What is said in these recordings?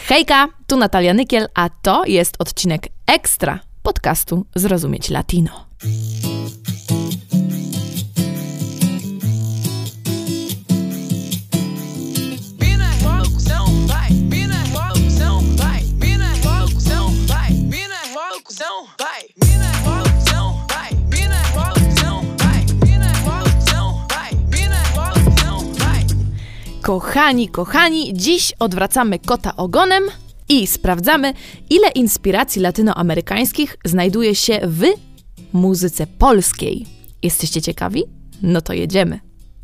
Hejka, tu Natalia Nykiel, a to jest odcinek ekstra podcastu Zrozumieć Latino. Kochani, dziś odwracamy kota ogonem i sprawdzamy, ile inspiracji latynoamerykańskich znajduje się w muzyce polskiej. Jesteście ciekawi? No to jedziemy.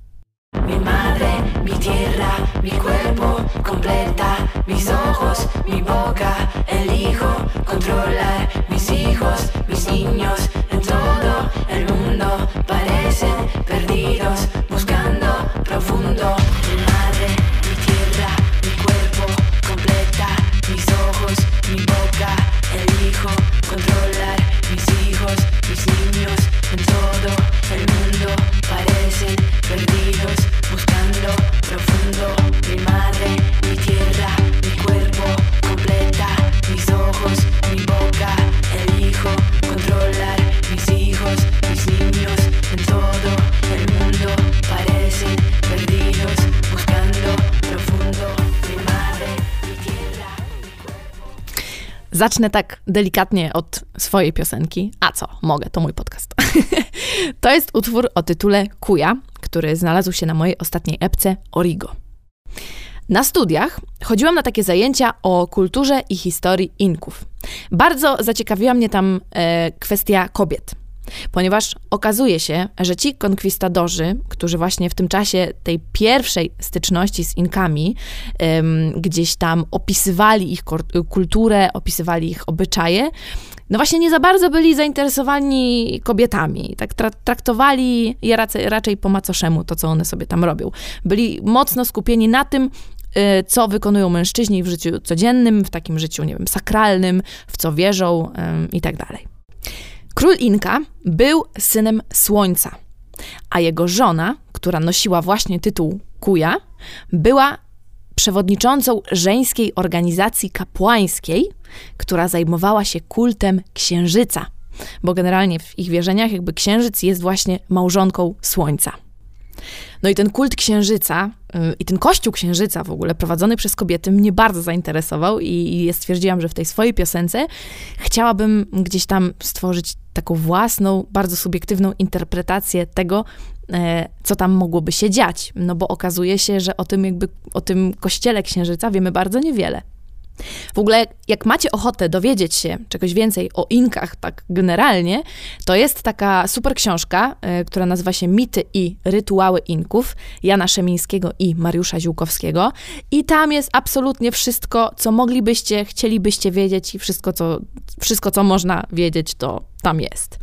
Mi madre, mi tierra, mi cuerpo completa, mis ojos, mi boca, elijo controlar mis hijos, mis niños, en todo el mundo parecen perdidos, buscando profundo. Mi madre, mi tierra, mi cuerpo completa, mis ojos, mi boca, elijo controlar mis hijos, mis niños, en todo el mundo parecen perdidos, buscando profundo. Mi madre, mi tierra, mi cuerpo completa, mis ojos, mi boca, elijo controlar mis hijos, mis niños, en todo el mundo parecen perdidos, buscando profundo. Mi madre, mi tierra, mi cuerpo. Zacznę tak delikatnie od swojej piosenki. A co? Mogę, to mój podcast. To jest utwór o tytule Kuja, który znalazł się na mojej ostatniej epce Origo. Na studiach chodziłam na takie zajęcia o kulturze i historii Inków. Bardzo zaciekawiła mnie tam kwestia kobiet, ponieważ okazuje się, że ci konkwistadorzy, którzy właśnie w tym czasie tej pierwszej styczności z Inkami gdzieś tam opisywali ich kulturę, opisywali ich obyczaje, no właśnie nie za bardzo byli zainteresowani kobietami. Tak traktowali je raczej po macoszemu, to co one sobie tam robią. Byli mocno skupieni na tym, co wykonują mężczyźni w życiu codziennym, w takim życiu, nie wiem, sakralnym, w co wierzą i tak dalej. Król Inka był synem Słońca, a jego żona, która nosiła właśnie tytuł Kuja, była przewodniczącą żeńskiej organizacji kapłańskiej, która zajmowała się kultem księżyca, bo generalnie w ich wierzeniach jakby księżyc jest właśnie małżonką Słońca. No i ten kult księżyca i ten kościół księżyca w ogóle prowadzony przez kobiety mnie bardzo zainteresował i stwierdziłam, że w tej swojej piosence chciałabym gdzieś tam stworzyć taką własną, bardzo subiektywną interpretację tego, co tam mogłoby się dziać. No bo okazuje się, że o tym kościele księżyca wiemy bardzo niewiele. W ogóle, jak macie ochotę dowiedzieć się czegoś więcej o Inkach, tak generalnie, to jest taka super książka, która nazywa się Mity i rytuały Inków, Jana Szemińskiego i Mariusza Ziółkowskiego. I tam jest absolutnie wszystko, co moglibyście, chcielibyście wiedzieć i wszystko, co można wiedzieć, to tam jest.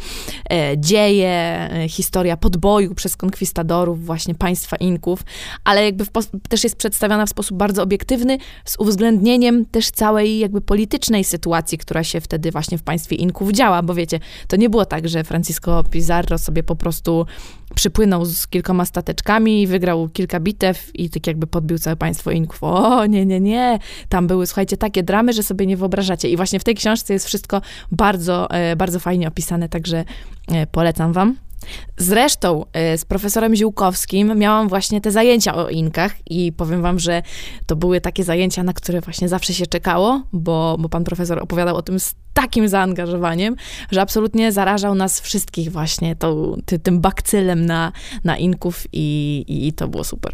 Dzieje, historia podboju przez konkwistadorów właśnie państwa Inków, ale jakby też jest przedstawiana w sposób bardzo obiektywny, z uwzględnieniem też całej jakby politycznej sytuacji, która się wtedy właśnie w państwie Inków działa, bo wiecie, to nie było tak, że Francisco Pizarro sobie po prostu przypłynął z kilkoma stateczkami, wygrał kilka bitew i tak jakby podbił całe państwo Inków. O, nie. Tam były, słuchajcie, takie dramy, że sobie nie wyobrażacie. I właśnie w tej książce jest wszystko bardzo, bardzo fajnie opisane, także polecam wam. Zresztą z profesorem Ziółkowskim miałam właśnie te zajęcia o Inkach i powiem wam, że to były takie zajęcia, na które właśnie zawsze się czekało, bo pan profesor opowiadał o tym z takim zaangażowaniem, że absolutnie zarażał nas wszystkich właśnie tym bakcylem na Inków i to było super.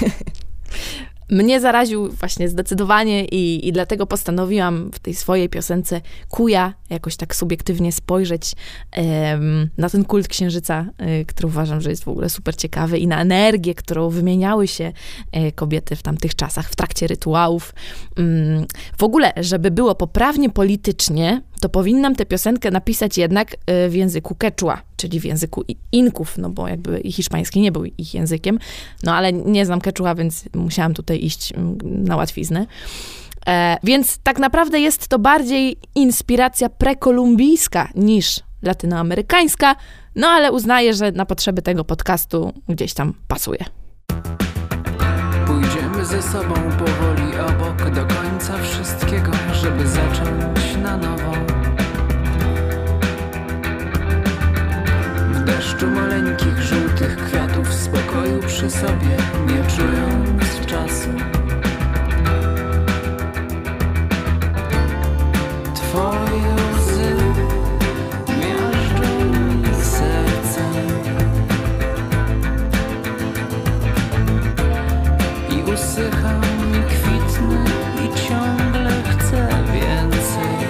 Mnie zaraził właśnie zdecydowanie i dlatego postanowiłam w tej swojej piosence Kuja jakoś tak subiektywnie spojrzeć na ten kult księżyca, który uważam, że jest w ogóle super ciekawy i na energię, którą wymieniały się kobiety w tamtych czasach w trakcie rytuałów. W ogóle, żeby było poprawnie politycznie, to powinnam tę piosenkę napisać jednak w języku quechua, czyli w języku Inków, no bo jakby hiszpański nie był ich językiem, no ale nie znam quechua, więc musiałam tutaj iść na łatwiznę. Więc tak naprawdę jest to bardziej inspiracja prekolumbijska niż latynoamerykańska, no ale uznaję, że na potrzeby tego podcastu gdzieś tam pasuje. Pójdziemy Idę ze sobą powoli obok do końca wszystkiego, żeby zacząć na nowo. W deszczu maleńkich, żółtych kwiatów, w spokoju przy sobie, nie czując czasu. Twoje łzy miażdżą mi serce i usycham i kwitnę i ciągle chcę więcej.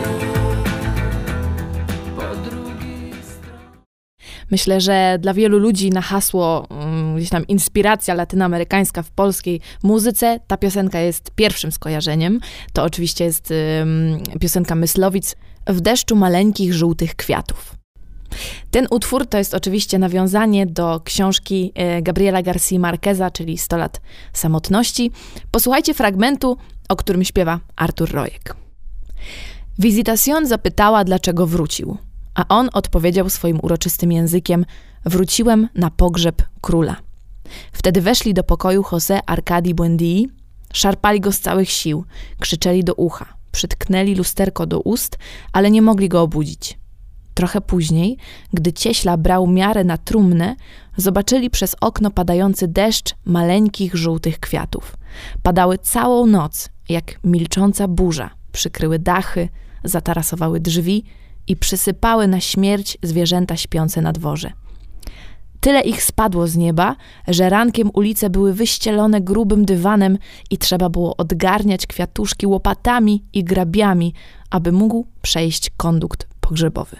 Po drugiej stronie. Myślę, że dla wielu ludzi na hasło gdzieś tam inspiracja latynoamerykańska w polskiej muzyce, ta piosenka jest pierwszym skojarzeniem. To oczywiście jest piosenka Myslowic W deszczu maleńkich żółtych kwiatów. Ten utwór to jest oczywiście nawiązanie do książki Gabriela García Márqueza, czyli 100 lat samotności. Posłuchajcie fragmentu, o którym śpiewa Artur Rojek. Visitación zapytała, dlaczego wrócił, a on odpowiedział swoim uroczystym językiem: wróciłem na pogrzeb króla. Wtedy weszli do pokoju José Arkadi Buendii, szarpali go z całych sił, krzyczeli do ucha, przytknęli lusterko do ust, ale nie mogli go obudzić. Trochę później, gdy cieśla brał miarę na trumnę, zobaczyli przez okno padający deszcz maleńkich żółtych kwiatów. Padały całą noc, jak milcząca burza, przykryły dachy, zatarasowały drzwi i przysypały na śmierć zwierzęta śpiące na dworze. Tyle ich spadło z nieba, że rankiem ulice były wyścielone grubym dywanem i trzeba było odgarniać kwiatuszki łopatami i grabiami, aby mógł przejść kondukt pogrzebowy.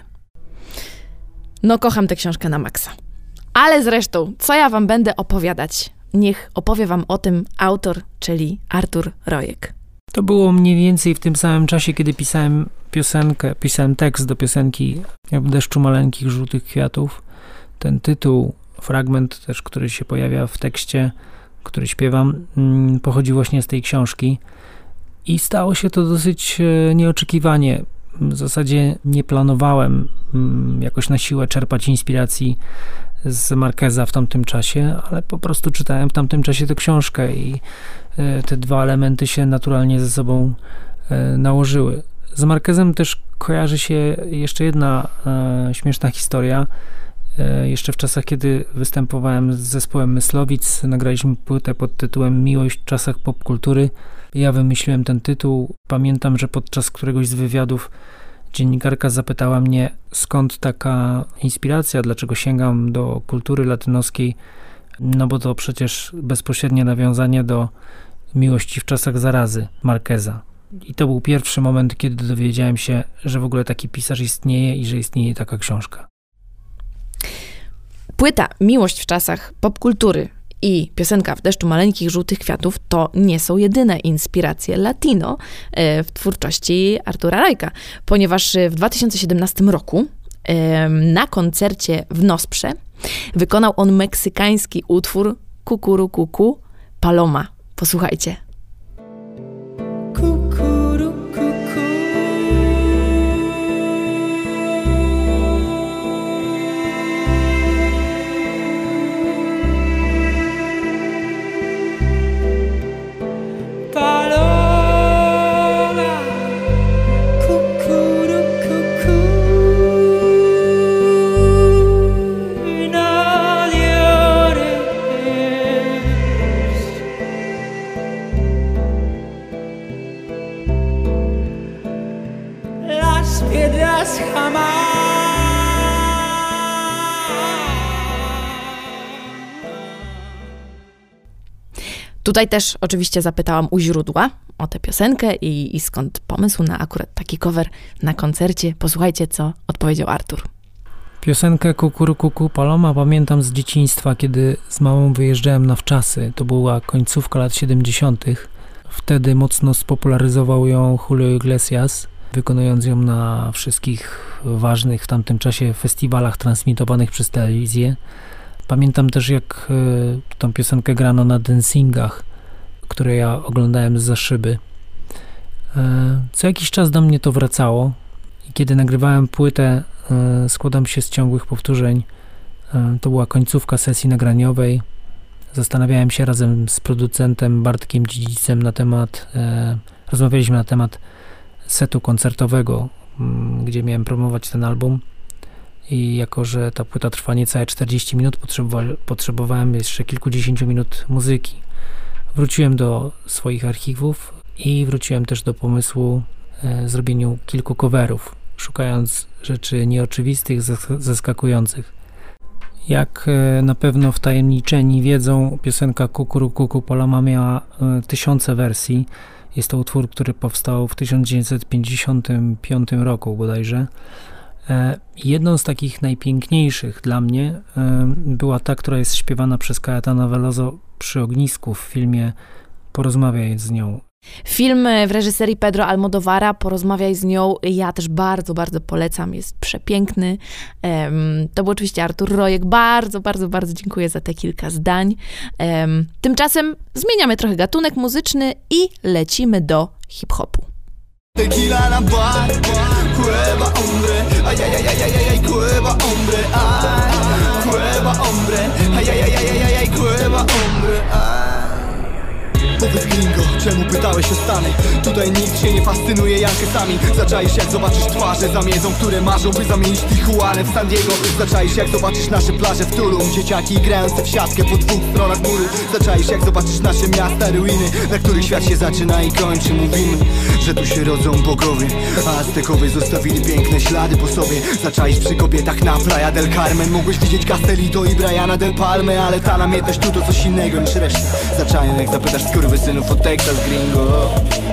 No, kocham tę książkę na maksa. Ale zresztą, co ja wam będę opowiadać? Niech opowie wam o tym autor, czyli Artur Rojek. To było mniej więcej w tym samym czasie, kiedy pisałem tekst do piosenki W deszczu maleńkich żółtych kwiatów. Ten tytuł, fragment też, który się pojawia w tekście, który śpiewam, pochodzi właśnie z tej książki i stało się to dosyć nieoczekiwanie. W zasadzie nie planowałem jakoś na siłę czerpać inspiracji z Márqueza w tamtym czasie, ale po prostu czytałem w tamtym czasie tę książkę i te dwa elementy się naturalnie ze sobą nałożyły. Z Márquezem też kojarzy się jeszcze jedna śmieszna historia. Jeszcze w czasach, kiedy występowałem z zespołem Myslowic, nagraliśmy płytę pod tytułem Miłość w czasach popkultury. Ja wymyśliłem ten tytuł. Pamiętam, że podczas któregoś z wywiadów dziennikarka zapytała mnie, skąd taka inspiracja, dlaczego sięgam do kultury latynoskiej, no bo to przecież bezpośrednie nawiązanie do Miłości w czasach zarazy Márqueza. I to był pierwszy moment, kiedy dowiedziałem się, że w ogóle taki pisarz istnieje i że istnieje taka książka. Płyta Miłość w czasach popkultury i piosenka W deszczu maleńkich żółtych kwiatów to nie są jedyne inspiracje latino w twórczości Artura Rojka, ponieważ w 2017 roku na koncercie w Nosprze wykonał on meksykański utwór Kukuru Kuku Paloma. Posłuchajcie. Kukuru kuku. Paloma, kukuru kuku. No llores. Las piedras jamás. Tutaj też oczywiście zapytałam u źródła o tę piosenkę i skąd pomysł na akurat taki cover na koncercie. Posłuchajcie, co odpowiedział Artur. Piosenkę Kukuru Kuku Paloma pamiętam z dzieciństwa, kiedy z mamą wyjeżdżałem na wczasy. To była końcówka lat 70. Wtedy mocno spopularyzował ją Julio Iglesias, wykonując ją na wszystkich ważnych w tamtym czasie festiwalach transmitowanych przez telewizję. Pamiętam też, jak tą piosenkę grano na dancingach, które ja oglądałem zza szyby. Co jakiś czas do mnie to wracało i kiedy nagrywałem płytę Składam się z ciągłych powtórzeń, to była końcówka sesji nagraniowej. Zastanawiałem się razem z producentem Bartkiem Dziedzicem rozmawialiśmy na temat setu koncertowego, gdzie miałem promować ten album i jako, że ta płyta trwa niecałe 40 minut, potrzebowałem jeszcze kilkudziesięciu minut muzyki. Wróciłem do swoich archiwów i wróciłem też do pomysłu zrobieniu kilku coverów, szukając rzeczy nieoczywistych, zaskakujących. Jak na pewno wtajemniczeni wiedzą, piosenka Kukuru Kuku Polama miała tysiące wersji. Jest to utwór, który powstał w 1955 roku bodajże. Jedną z takich najpiękniejszych dla mnie była ta, która jest śpiewana przez Caetana Veloso przy ognisku w filmie Porozmawiaj z nią. Film w reżyserii Pedro Almodovara, Porozmawiaj z nią, ja też bardzo, bardzo polecam, jest przepiękny. To był oczywiście Artur Rojek, bardzo, bardzo, bardzo dziękuję za te kilka zdań. Tymczasem zmieniamy trochę gatunek muzyczny i lecimy do hip-hopu. Tequila na bar, cueva hombre, ay ay ay ay ay cueva hombre, ay cueva hombre, ay ay ay ay ay cueva hombre, ay. Powiedz gringo, czemu pytałeś o Stany? Tutaj nikt się nie fascynuje Jankesami. Zaczaisz jak zobaczysz twarze zamiedzą, które marzą by zamienić Tijuanę w San Diego. Zaczaisz jak zobaczysz nasze plaże w Tulum, dzieciaki grające w siatkę po dwóch stronach muru. Zaczaisz jak zobaczysz nasze miasta, ruiny, na których świat się zaczyna i kończy. Mówimy, że tu się rodzą bogowie, a Aztekowie zostawili piękne ślady po sobie. Zaczaisz przy kobietach na Playa del Carmen. Mogłeś widzieć Castelito i Briana del Palme, ale ta namiętność tu to coś innego niż reszta. Zaczaisz jak zapytasz synów od Texas, gringo.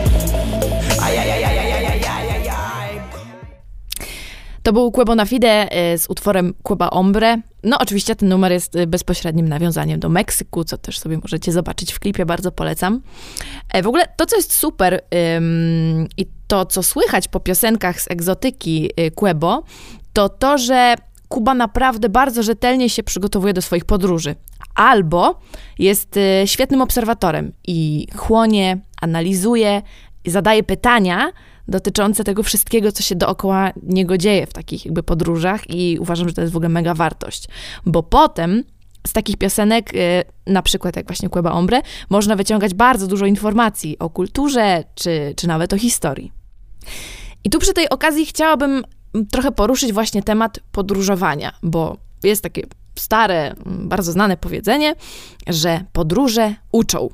To był Quebo na Fide z utworem Cueva Hombre. No oczywiście ten numer jest bezpośrednim nawiązaniem do Meksyku, co też sobie możecie zobaczyć w klipie, bardzo polecam. W ogóle to, co jest super i to, co słychać po piosenkach z egzotyki Quebo, to to, że Kuba naprawdę bardzo rzetelnie się przygotowuje do swoich podróży. Albo jest świetnym obserwatorem i chłonie, analizuje, zadaje pytania dotyczące tego wszystkiego, co się dookoła niego dzieje w takich jakby podróżach i uważam, że to jest w ogóle mega wartość. Bo potem z takich piosenek, na przykład jak właśnie Cueva Hombre, można wyciągać bardzo dużo informacji o kulturze, czy nawet o historii. I tu przy tej okazji chciałabym trochę poruszyć właśnie temat podróżowania, bo jest takie stare, bardzo znane powiedzenie, że podróże uczą.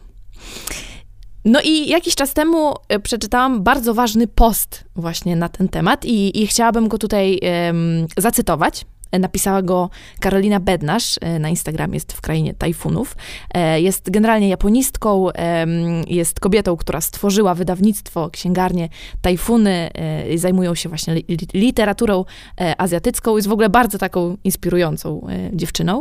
No i jakiś czas temu przeczytałam bardzo ważny post właśnie na ten temat i chciałabym go tutaj zacytować. Napisała go Karolina Bednarz, na Instagramie jest w krainie tajfunów. Jest generalnie japonistką, jest kobietą, która stworzyła wydawnictwo, księgarnię Tajfuny, zajmują się właśnie literaturą azjatycką, jest w ogóle bardzo taką inspirującą dziewczyną.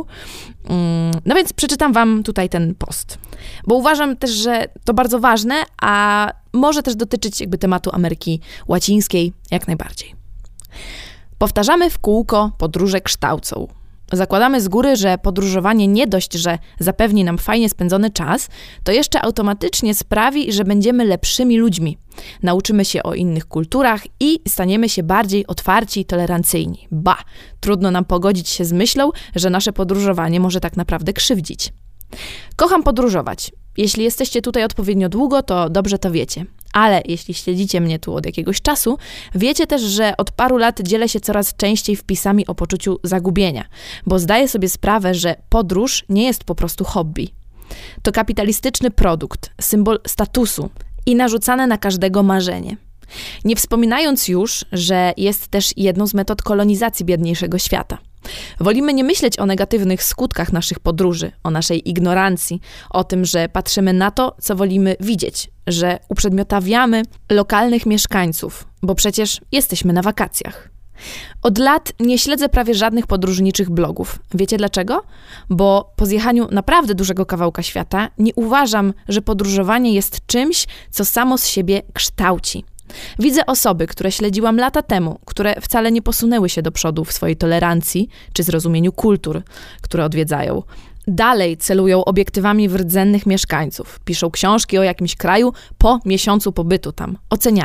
No więc przeczytam wam tutaj ten post, bo uważam też, że to bardzo ważne, a może też dotyczyć jakby tematu Ameryki Łacińskiej jak najbardziej. Powtarzamy w kółko, podróże kształcą. Zakładamy z góry, że podróżowanie nie dość, że zapewni nam fajnie spędzony czas, to jeszcze automatycznie sprawi, że będziemy lepszymi ludźmi. Nauczymy się o innych kulturach i staniemy się bardziej otwarci i tolerancyjni. Trudno nam pogodzić się z myślą, że nasze podróżowanie może tak naprawdę krzywdzić. Kocham podróżować. Jeśli jesteście tutaj odpowiednio długo, to dobrze to wiecie. Ale jeśli śledzicie mnie tu od jakiegoś czasu, wiecie też, że od paru lat dzielę się coraz częściej wpisami o poczuciu zagubienia, bo zdaję sobie sprawę, że podróż nie jest po prostu hobby. To kapitalistyczny produkt, symbol statusu i narzucane na każdego marzenie. Nie wspominając już, że jest też jedną z metod kolonizacji biedniejszego świata. Wolimy nie myśleć o negatywnych skutkach naszych podróży, o naszej ignorancji, o tym, że patrzymy na to, co wolimy widzieć, że uprzedmiotawiamy lokalnych mieszkańców, bo przecież jesteśmy na wakacjach. Od lat nie śledzę prawie żadnych podróżniczych blogów. Wiecie dlaczego? Bo po zjechaniu naprawdę dużego kawałka świata nie uważam, że podróżowanie jest czymś, co samo z siebie kształci. Widzę osoby, które śledziłam lata temu, które wcale nie posunęły się do przodu w swojej tolerancji czy zrozumieniu kultur, które odwiedzają. Dalej celują obiektywami w rdzennych mieszkańców, piszą książki o jakimś kraju po miesiącu pobytu tam, oceniają.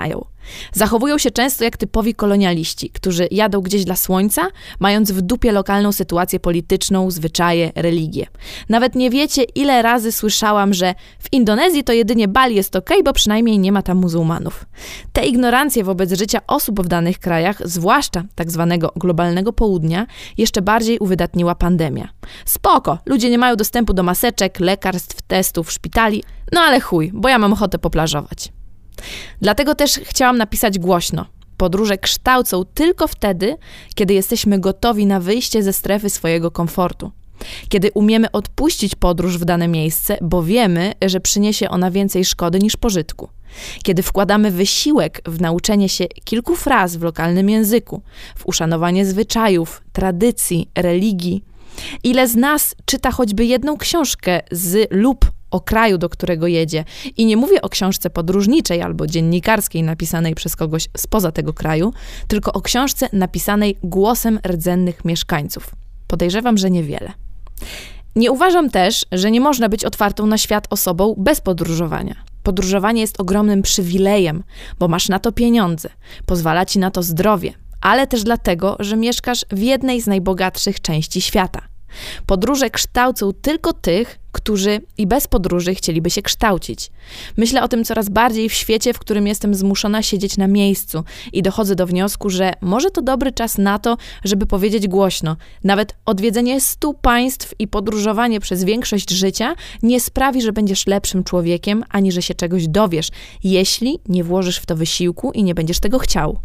Zachowują się często jak typowi kolonialiści, którzy jadą gdzieś dla słońca, mając w dupie lokalną sytuację polityczną, zwyczaje, religię. Nawet nie wiecie, ile razy słyszałam, że w Indonezji to jedynie Bali jest okej, bo przynajmniej nie ma tam muzułmanów. Te ignorancje wobec życia osób w danych krajach, zwłaszcza tak zwanego globalnego południa, jeszcze bardziej uwydatniła pandemia. Spoko, ludzie nie mają dostępu do maseczek, lekarstw, testów, szpitali, no ale chuj, bo ja mam ochotę poplażować. Dlatego też chciałam napisać głośno. Podróże kształcą tylko wtedy, kiedy jesteśmy gotowi na wyjście ze strefy swojego komfortu. Kiedy umiemy odpuścić podróż w dane miejsce, bo wiemy, że przyniesie ona więcej szkody niż pożytku. Kiedy wkładamy wysiłek w nauczenie się kilku fraz w lokalnym języku, w uszanowanie zwyczajów, tradycji, religii. Ile z nas czyta choćby jedną książkę z lub o kraju, do którego jedzie. I nie mówię o książce podróżniczej albo dziennikarskiej napisanej przez kogoś spoza tego kraju, tylko o książce napisanej głosem rdzennych mieszkańców. Podejrzewam, że niewiele. Nie uważam też, że nie można być otwartą na świat osobą bez podróżowania. Podróżowanie jest ogromnym przywilejem, bo masz na to pieniądze, pozwala ci na to zdrowie, ale też dlatego, że mieszkasz w jednej z najbogatszych części świata. Podróże kształcą tylko tych, którzy i bez podróży chcieliby się kształcić. Myślę o tym coraz bardziej w świecie, w którym jestem zmuszona siedzieć na miejscu i dochodzę do wniosku, że może to dobry czas na to, żeby powiedzieć głośno. Nawet odwiedzenie 100 państw i podróżowanie przez większość życia nie sprawi, że będziesz lepszym człowiekiem, ani że się czegoś dowiesz, jeśli nie włożysz w to wysiłku i nie będziesz tego chciał.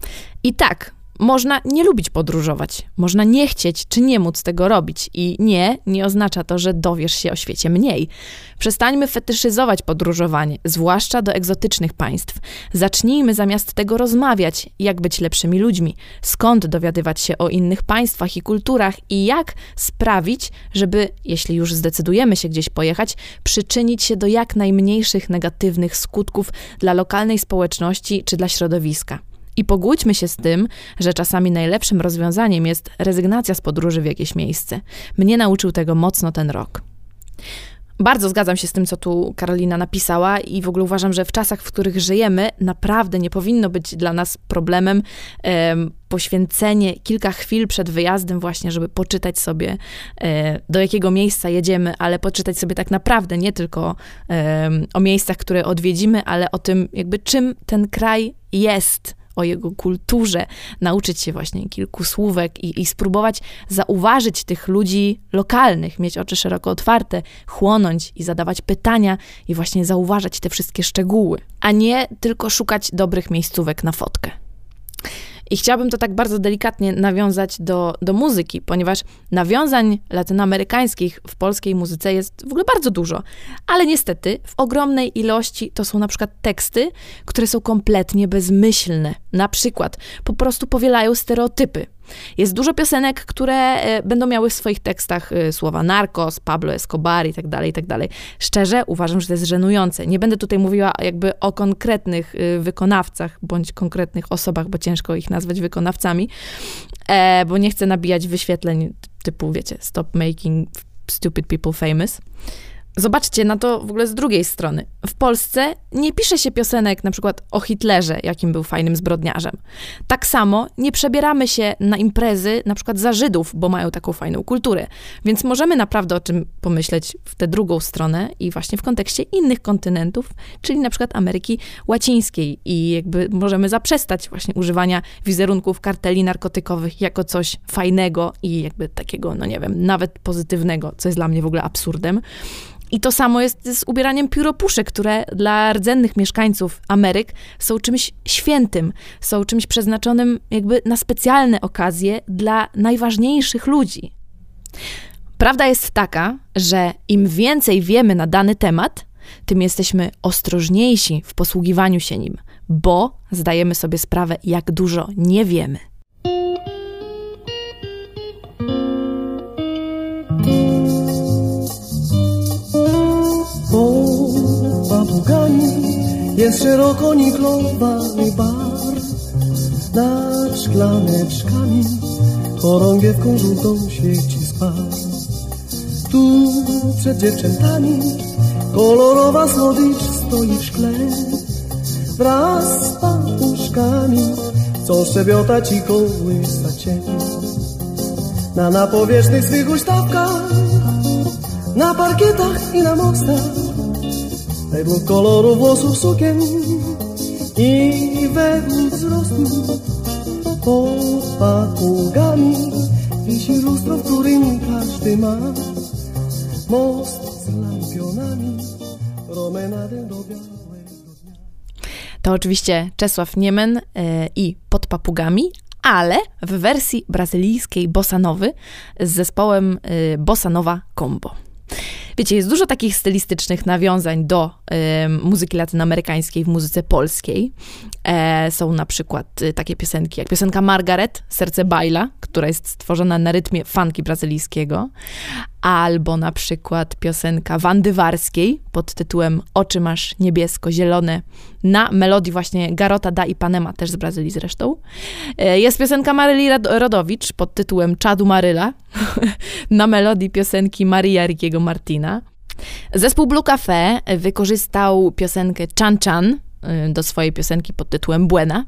I tak, można nie lubić podróżować, można nie chcieć czy nie móc tego robić i nie oznacza to, że dowiesz się o świecie mniej. Przestańmy fetyszyzować podróżowanie, zwłaszcza do egzotycznych państw. Zacznijmy zamiast tego rozmawiać, jak być lepszymi ludźmi, skąd dowiadywać się o innych państwach i kulturach i jak sprawić, żeby, jeśli już zdecydujemy się gdzieś pojechać, przyczynić się do jak najmniejszych negatywnych skutków dla lokalnej społeczności czy dla środowiska. I pogódźmy się z tym, że czasami najlepszym rozwiązaniem jest rezygnacja z podróży w jakieś miejsce. Mnie nauczył tego mocno ten rok. Bardzo zgadzam się z tym, co tu Karolina napisała i w ogóle uważam, że w czasach, w których żyjemy, naprawdę nie powinno być dla nas problemem poświęcenie kilka chwil przed wyjazdem właśnie, żeby poczytać sobie, do jakiego miejsca jedziemy, ale poczytać sobie tak naprawdę nie tylko o miejscach, które odwiedzimy, ale o tym jakby czym ten kraj jest, o jego kulturze, nauczyć się właśnie kilku słówek i spróbować zauważyć tych ludzi lokalnych, mieć oczy szeroko otwarte, chłonąć i zadawać pytania i właśnie zauważać te wszystkie szczegóły, a nie tylko szukać dobrych miejscówek na fotkę. I chciałabym to tak bardzo delikatnie nawiązać do muzyki, ponieważ nawiązań latynoamerykańskich w polskiej muzyce jest w ogóle bardzo dużo. Ale niestety w ogromnej ilości to są na przykład teksty, które są kompletnie bezmyślne. Na przykład po prostu powielają stereotypy. Jest dużo piosenek, które będą miały w swoich tekstach słowa narcos, Pablo Escobar i tak dalej. Szczerze uważam, że to jest żenujące. Nie będę tutaj mówiła jakby o konkretnych wykonawcach, bądź konkretnych osobach, bo ciężko ich nazwać wykonawcami, bo nie chcę nabijać wyświetleń typu, wiecie, stop making stupid people famous. Zobaczcie na to w ogóle z drugiej strony. W Polsce nie pisze się piosenek na przykład o Hitlerze, jakim był fajnym zbrodniarzem. Tak samo nie przebieramy się na imprezy na przykład za Żydów, bo mają taką fajną kulturę. Więc możemy naprawdę o czym pomyśleć w tę drugą stronę i właśnie w kontekście innych kontynentów, czyli na przykład Ameryki Łacińskiej i jakby możemy zaprzestać właśnie używania wizerunków karteli narkotykowych jako coś fajnego i jakby takiego, no nie wiem, nawet pozytywnego, co jest dla mnie w ogóle absurdem. I to samo jest z ubieraniem pióropuszek, które dla rdzennych mieszkańców Ameryk są czymś świętym, są czymś przeznaczonym jakby na specjalne okazje dla najważniejszych ludzi. Prawda jest taka, że im więcej wiemy na dany temat, tym jesteśmy ostrożniejsi w posługiwaniu się nim, bo zdajemy sobie sprawę, jak dużo nie wiemy. Jest szeroko niklowany bar nad szklaneczkami, chorągiewką żółtą świeci spał. Tu przed dziewczętami kolorowa słodycz stoi w szkle, wraz z papuszkami chcą szczebiotać i kołysać cię. Na powierzchnych swych huśtawkach, na parkietach i na mostach, według koloru włosów sukien i według wzrostu. Pod papugami wisi lustro, w którym każdy ma most z lampionami, promenadę do białego dnia. To oczywiście Czesław Niemen i Pod papugami, ale w wersji brazylijskiej bossa nowy z zespołem Bossa Nova Combo. Wiecie, jest dużo takich stylistycznych nawiązań do muzyki latynoamerykańskiej w muzyce polskiej. Są na przykład takie piosenki jak piosenka Margaret, Serce Baila, która jest stworzona na rytmie funky brazylijskiego, albo na przykład piosenka Wandy Warskiej pod tytułem Oczy masz niebiesko-zielone, na melodii właśnie Garota da Ipanema, też z Brazylii zresztą. Jest piosenka Maryli Rodowicz pod tytułem Czadu Maryla, na melodii piosenki Maria Rickiego Martina. Zespół Blue Cafe wykorzystał piosenkę Chan Chan do swojej piosenki pod tytułem Buena.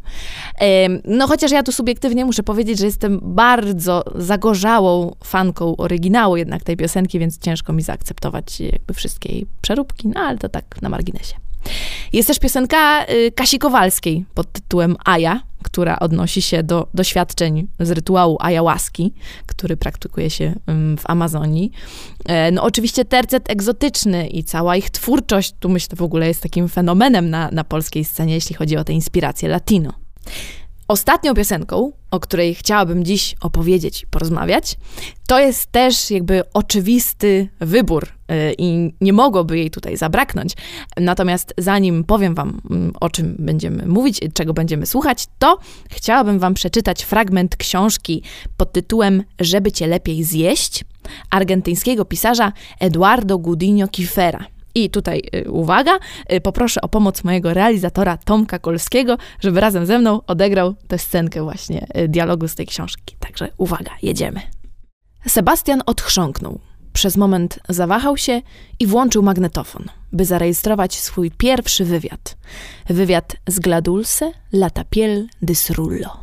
No chociaż ja tu subiektywnie muszę powiedzieć, że jestem bardzo zagorzałą fanką oryginału jednak tej piosenki, więc ciężko mi zaakceptować jakby wszystkie jej przeróbki, no ale to tak na marginesie. Jest też piosenka Kasi Kowalskiej pod tytułem Aja, która odnosi się do doświadczeń z rytuału ayahuaski, który praktykuje się w Amazonii. No oczywiście tercet egzotyczny i cała ich twórczość, tu myślę w ogóle jest takim fenomenem na polskiej scenie, jeśli chodzi o te inspiracje latino. Ostatnią piosenką, o której chciałabym dziś opowiedzieć i porozmawiać, to jest też jakby oczywisty wybór i nie mogłoby jej tutaj zabraknąć. Natomiast zanim powiem wam, o czym będziemy mówić, czego będziemy słuchać, to chciałabym wam przeczytać fragment książki pod tytułem Żeby cię lepiej zjeść, argentyńskiego pisarza Eduardo Gudinho Kifera. I tutaj, uwaga, poproszę o pomoc mojego realizatora Tomka Kolskiego, żeby razem ze mną odegrał tę scenkę właśnie dialogu z tej książki. Także uwaga, jedziemy. Sebastian odchrząknął. Przez moment zawahał się i włączył magnetofon, by zarejestrować swój pierwszy wywiad. Wywiad z Gladulce Latapiel Dysrullo.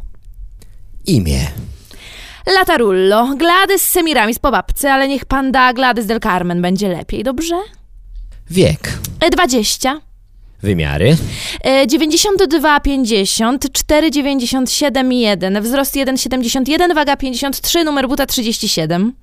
Imię. Latarullo, Gladys Semiramis po babce, ale niech pan da Gladys del Carmen, będzie lepiej, dobrze? Wiek. 20. Wymiary. 92, 50, 4, 97, 1, wzrost 1,71, waga 53, numer buta 37.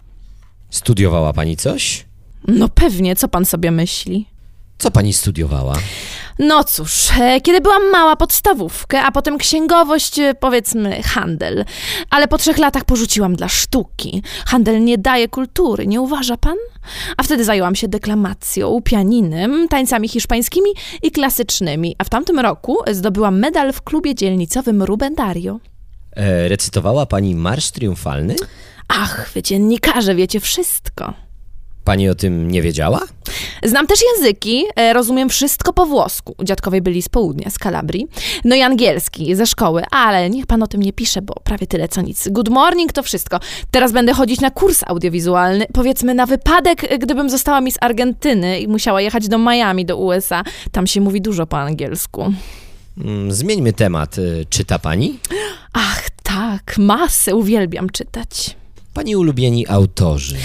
Studiowała pani coś? No pewnie, co pan sobie myśli? Co pani studiowała? No cóż, kiedy byłam mała, podstawówkę, a potem księgowość, powiedzmy handel. Ale po 3 latach porzuciłam dla sztuki. Handel nie daje kultury, nie uważa pan? A wtedy zajęłam się deklamacją, pianinem, tańcami hiszpańskimi i klasycznymi. A w tamtym roku zdobyłam medal w klubie dzielnicowym Ruben Dario. Recytowała pani Marsz Triumfalny? Ach, wy dziennikarze, wiecie wszystko. Pani o tym nie wiedziała? Znam też języki, rozumiem wszystko po włosku. Dziadkowie byli z południa, z Kalabrii. No i angielski, ze szkoły, ale niech pan o tym nie pisze, bo prawie tyle co nic. Good morning to wszystko. Teraz będę chodzić na kurs audiowizualny, powiedzmy na wypadek, gdybym została Miss Argentyny i musiała jechać do Miami, do USA. Tam się mówi dużo po angielsku. Zmieńmy temat. Czyta pani? Ach tak, masę uwielbiam czytać. Pani ulubieni autorzy?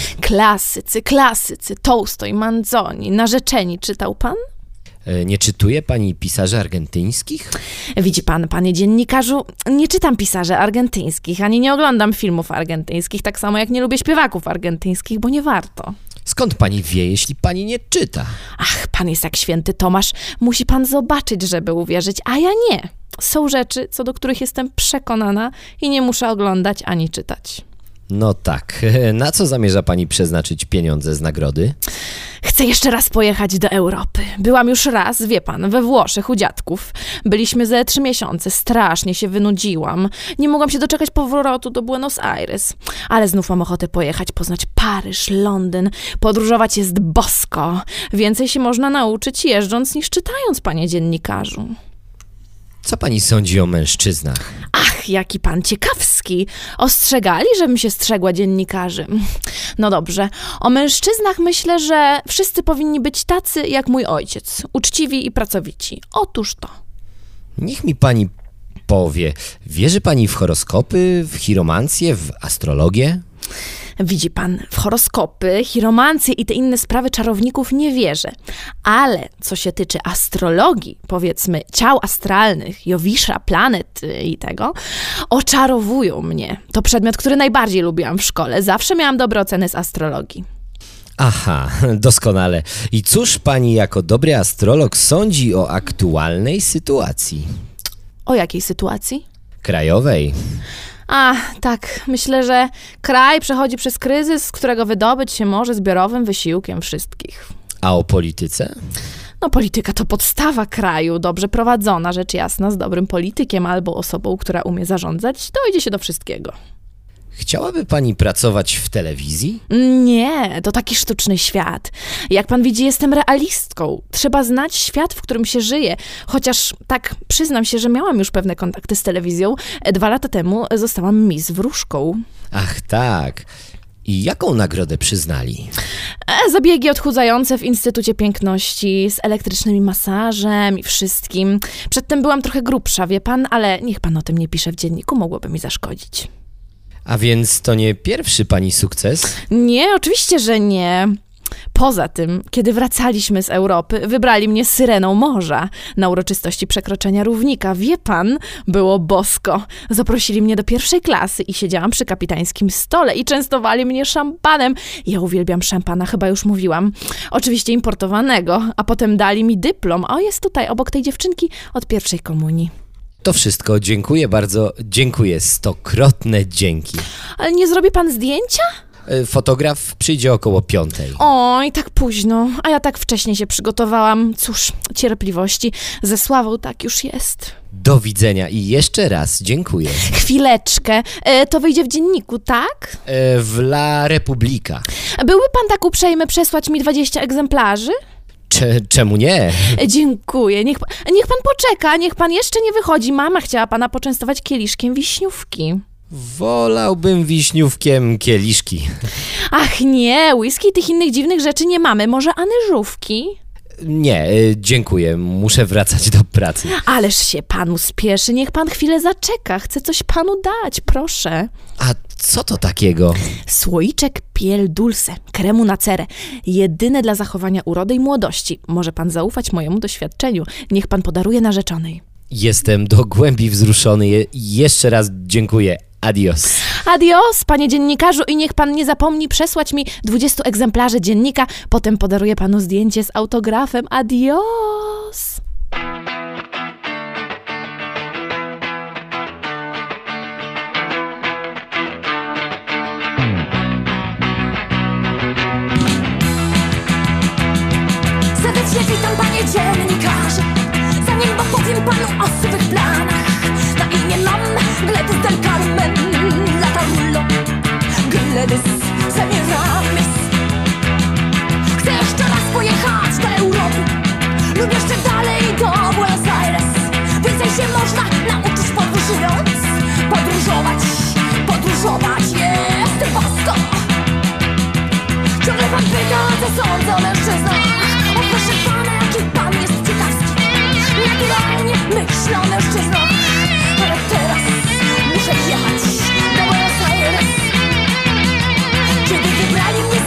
Klasycy, Tolstoj, Manzoni, Narzeczeni, czytał pan? Nie czytuje pani pisarzy argentyńskich? Widzi pan, panie dziennikarzu, nie czytam pisarzy argentyńskich, ani nie oglądam filmów argentyńskich, tak samo jak nie lubię śpiewaków argentyńskich, bo nie warto. Skąd pani wie, jeśli pani nie czyta? Ach, pan jest jak święty Tomasz, musi pan zobaczyć, żeby uwierzyć, a ja nie. Są rzeczy, co do których jestem przekonana i nie muszę oglądać ani czytać. No tak. Na co zamierza pani przeznaczyć pieniądze z nagrody? Chcę jeszcze raz pojechać do Europy. Byłam już raz, wie pan, we Włoszech u dziadków. Byliśmy ze 3 miesiące, strasznie się wynudziłam. Nie mogłam się doczekać powrotu do Buenos Aires. Ale znów mam ochotę pojechać, poznać Paryż, Londyn. Podróżować jest bosko. Więcej się można nauczyć jeżdżąc niż czytając, panie dziennikarzu. Co pani sądzi o mężczyznach? Ach, jaki pan ciekawski. Ostrzegali, żebym się strzegła dziennikarzy. No dobrze, o mężczyznach myślę, że wszyscy powinni być tacy jak mój ojciec. Uczciwi i pracowici. Otóż to. Niech mi pani powie. Wierzy pani w horoskopy, w chiromancję, w astrologię? Widzi pan, w horoskopy, chiromancję i te inne sprawy czarowników nie wierzę. Ale co się tyczy astrologii, powiedzmy ciał astralnych, Jowisza, planet i tego, oczarowują mnie. To przedmiot, który najbardziej lubiłam w szkole. Zawsze miałam dobre oceny z astrologii. Aha, doskonale. I cóż pani jako dobry astrolog sądzi o aktualnej sytuacji? O jakiej sytuacji? Krajowej. Tak, myślę, że kraj przechodzi przez kryzys, z którego wydobyć się może zbiorowym wysiłkiem wszystkich. A o polityce? No, polityka to podstawa kraju, dobrze prowadzona, rzecz jasna, z dobrym politykiem albo osobą, która umie zarządzać, dojdzie się do wszystkiego. Chciałaby pani pracować w telewizji? Nie, to taki sztuczny świat. Jak pan widzi, jestem realistką. Trzeba znać świat, w którym się żyje. Chociaż tak, przyznam się, że miałam już pewne kontakty z telewizją. 2 lata temu zostałam Miss Wróżką. Ach tak. I jaką nagrodę przyznali? Zabiegi odchudzające w Instytucie Piękności, z elektrycznym masażem i wszystkim. Przedtem byłam trochę grubsza, wie pan, ale niech pan o tym nie pisze w dzienniku, mogłoby mi zaszkodzić. A więc to nie pierwszy pani sukces? Nie, oczywiście, że nie. Poza tym, kiedy wracaliśmy z Europy, wybrali mnie syreną morza na uroczystości przekroczenia równika. Wie pan, było bosko. Zaprosili mnie do 1. klasy i siedziałam przy kapitańskim stole i częstowali mnie szampanem. Ja uwielbiam szampana, chyba już mówiłam. Oczywiście importowanego, a potem dali mi dyplom. O, jest tutaj, obok tej dziewczynki od pierwszej komunii. To wszystko, dziękuję bardzo, dziękuję, 100-krotne dzięki. Ale nie zrobi pan zdjęcia? Fotograf przyjdzie około 5. Oj, tak późno, a ja tak wcześnie się przygotowałam. Cóż, cierpliwości, ze sławą tak już jest. Do widzenia i jeszcze raz dziękuję. Chwileczkę, to wyjdzie w dzienniku, tak? W La Repubblica. Byłby pan tak uprzejmy przesłać mi 20 egzemplarzy? Czemu nie? Dziękuję, niech pan poczeka, niech pan jeszcze nie wychodzi. Mama chciała pana poczęstować kieliszkiem wiśniówki. Wolałbym wiśniówkiem kieliszki. Ach nie, whisky i tych innych dziwnych rzeczy nie mamy, może anyżówki? Nie, dziękuję, muszę wracać do pracy. Ależ się panu spieszy, niech pan chwilę zaczeka, chcę coś panu dać, proszę. A co to takiego? Słoiczek Piel Dulce, kremu na cerę. Jedyne dla zachowania urody i młodości. Może pan zaufać mojemu doświadczeniu. Niech pan podaruje narzeczonej. Jestem do głębi wzruszony. Jeszcze raz dziękuję. Adios. Adios, panie dziennikarzu, i niech pan nie zapomni przesłać mi 20 egzemplarzy dziennika. Potem podaruję panu zdjęcie z autografem. Adios. Serdecznie witam, panie dziennikarze. Zanim opowiem panu o swych planach, na imię mam Gladys del Carmen, Lata Rullo, Gladys Semiramis. Chcę jeszcze raz pojechać do Europy lub jeszcze dalej do Buenos Aires. Więcej się można nauczyć podróżując. Podróżować jest bosko. Ciągle pan pyta, co sądzę o mężczyznach. O proszę pana, jaki pan jest ciekawski. Naturalnie myślę o mężczyznach. Ale teraz muszę jechać do Buenos Aires. Kiedy wybrali mnie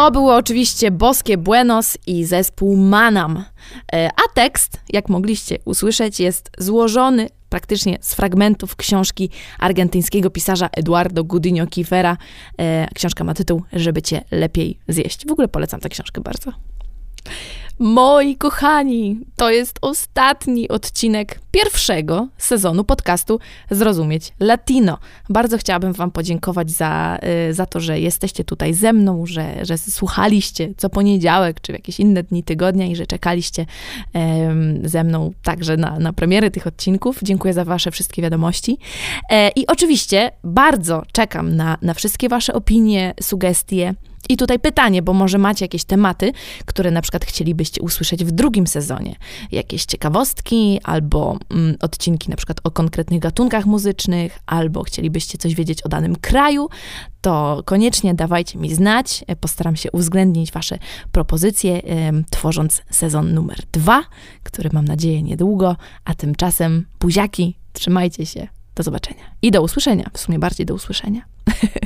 To było oczywiście Boskie Buenos i zespół Manam. A tekst, jak mogliście usłyszeć, jest złożony praktycznie z fragmentów książki argentyńskiego pisarza Eduardo Gudinho Kifera. Książka ma tytuł Żeby cię lepiej zjeść. W ogóle polecam tę książkę bardzo. Moi kochani, to jest ostatni odcinek pierwszego sezonu podcastu Zrozumieć Latino. Bardzo chciałabym wam podziękować za to, że jesteście tutaj ze mną, że słuchaliście co poniedziałek, czy w jakieś inne dni tygodnia i że czekaliście ze mną także na premiery tych odcinków. Dziękuję za wasze wszystkie wiadomości. I oczywiście bardzo czekam na wszystkie wasze opinie, sugestie. I tutaj pytanie, bo może macie jakieś tematy, które na przykład chcielibyście usłyszeć w drugim sezonie. Jakieś ciekawostki, albo odcinki na przykład o konkretnych gatunkach muzycznych, albo chcielibyście coś wiedzieć o danym kraju, to koniecznie dawajcie mi znać. Postaram się uwzględnić wasze propozycje, tworząc sezon numer 2, który mam nadzieję niedługo, a tymczasem buziaki, trzymajcie się, do zobaczenia i do usłyszenia, w sumie bardziej do usłyszenia.